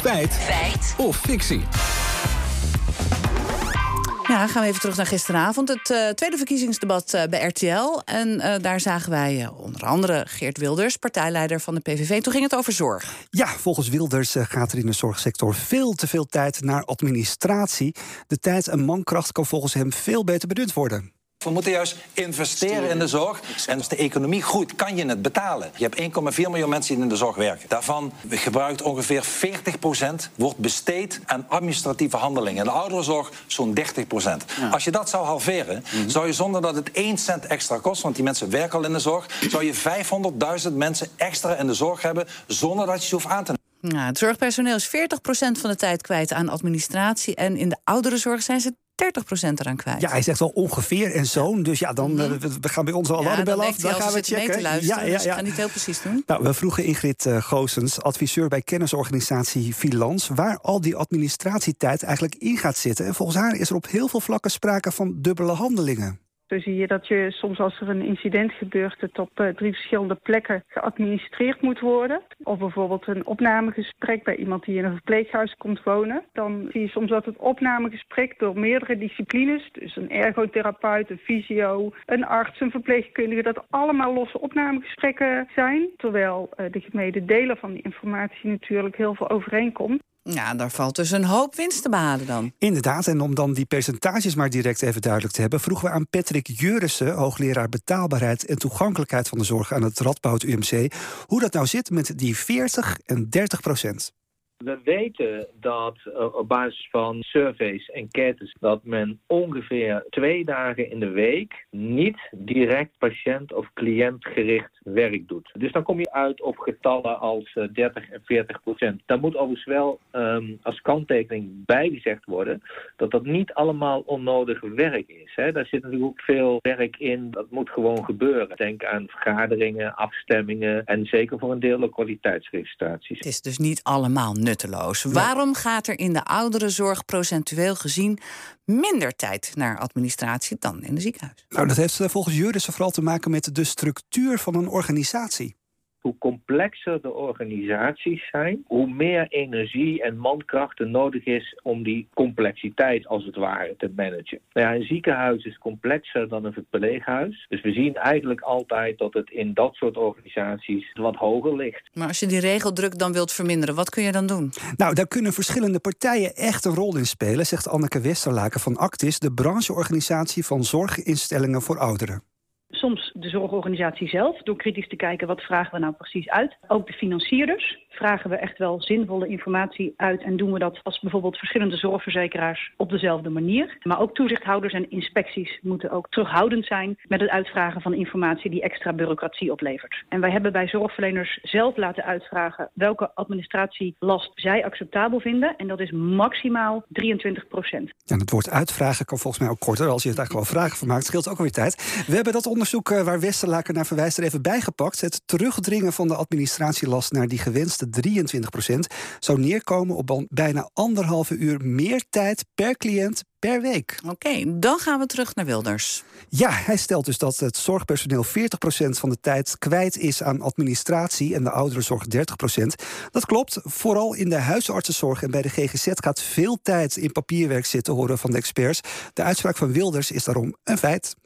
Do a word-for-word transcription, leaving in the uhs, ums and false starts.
Feit. Feit. Of fictie. Ja, gaan we even terug naar gisteravond. Het uh, tweede verkiezingsdebat uh, bij R T L. En uh, daar zagen wij uh, onder andere Geert Wilders, partijleider van de P V V. Toen ging het over zorg. Ja, volgens Wilders uh, gaat er in de zorgsector veel te veel tijd naar administratie. De tijd en mankracht kan volgens hem veel beter benut worden. We moeten juist investeren in de zorg. En als de economie groeit, kan je het betalen. Je hebt één komma vier miljoen mensen die in de zorg werken. Daarvan gebruikt ongeveer veertig procent wordt besteed aan administratieve handelingen. In de ouderenzorg zo'n dertig procent. Ja. Als je dat zou halveren, mm-hmm. zou je zonder dat het één cent extra kost, want die mensen werken al in de zorg, zou je vijfhonderdduizend mensen extra in de zorg hebben zonder dat je ze hoeft aan te nemen. Ja, het zorgpersoneel is veertig procent van de tijd kwijt aan administratie. En in de ouderenzorg zijn ze dertig procent eraan kwijt. Ja, hij zegt wel ongeveer en zo'n. Dus ja, dan mm-hmm. uh, we gaan bij ons al ja, de bel af. Dan gaan we checken. Ja, ja, ja. Dus ik ga niet heel precies doen. Nou, we vroegen Ingrid uh, Goossens, adviseur bij kennisorganisatie Filans, waar al die administratietijd eigenlijk in gaat zitten. En volgens haar is er op heel veel vlakken sprake van dubbele handelingen. Zo zie je dat je soms als er een incident gebeurt, het op uh, drie verschillende plekken geadministreerd moet worden. Of bijvoorbeeld een opnamegesprek bij iemand die in een verpleeghuis komt wonen. Dan zie je soms dat het opnamegesprek door meerdere disciplines, dus een ergotherapeut, een fysio, een arts, een verpleegkundige, dat allemaal losse opnamegesprekken zijn. Terwijl uh, de gemene delen van die informatie natuurlijk heel veel overeenkomt. Ja, daar valt dus een hoop winst te behalen dan. Inderdaad, en om dan die percentages maar direct even duidelijk te hebben, vroegen we aan Patrick Jurissen, hoogleraar betaalbaarheid en toegankelijkheid van de zorg aan het Radboud U M C, hoe dat nou zit met die veertig en dertig procent. We weten dat uh, op basis van surveys, enquêtes, dat men ongeveer twee dagen in de week niet direct patiënt- of cliëntgericht werk doet. Dus dan kom je uit op getallen als uh, dertig en veertig procent. Daar moet overigens wel um, als kanttekening bijgezegd worden dat dat niet allemaal onnodig werk is. Hè. Daar zit natuurlijk ook veel werk in. Dat moet gewoon gebeuren. Denk aan vergaderingen, afstemmingen en zeker voor een deel ook kwaliteitsregistraties. Het is dus niet allemaal nutteloos. Nee. Waarom gaat er in de ouderenzorg procentueel gezien minder tijd naar administratie dan in de ziekenhuis? Nou, dat heeft volgens Jurissen vooral te maken met de structuur van een organisatie. Hoe complexer de organisaties zijn, hoe meer energie en mankracht er nodig is om die complexiteit als het ware te managen. Nou ja, een ziekenhuis is complexer dan een verpleeghuis. Dus we zien eigenlijk altijd dat het in dat soort organisaties wat hoger ligt. Maar als je die regeldruk dan wilt verminderen, wat kun je dan doen? Nou, daar kunnen verschillende partijen echt een rol in spelen, zegt Anneke Westerlaken van Actis, de brancheorganisatie van zorginstellingen voor ouderen. Soms de zorgorganisatie zelf, door kritisch te kijken wat vragen we nou precies uit. Ook de financierders. Vragen we echt wel zinvolle informatie uit en doen we dat als bijvoorbeeld verschillende zorgverzekeraars op dezelfde manier. Maar ook toezichthouders en inspecties moeten ook terughoudend zijn met het uitvragen van informatie die extra bureaucratie oplevert. En wij hebben bij zorgverleners zelf laten uitvragen welke administratielast zij acceptabel vinden. En dat is maximaal drieëntwintig procent. En het woord uitvragen kan volgens mij ook korter. Als je het eigenlijk wel vragen van maakt, scheelt ook alweer tijd. We hebben dat onderzoek waar Westerlaken naar verwijst er even bijgepakt. Het terugdringen van de administratielast naar die gewenste drieëntwintig procent zou neerkomen op bijna anderhalve uur meer tijd per cliënt per week. Oké, okay, dan gaan we terug naar Wilders. Ja, hij stelt dus dat het zorgpersoneel veertig procent van de tijd kwijt is aan administratie en de ouderenzorg dertig procent. Dat klopt. Vooral in de huisartsenzorg en bij de G G Z gaat veel tijd in papierwerk zitten, horen van de experts. De uitspraak van Wilders is daarom een feit.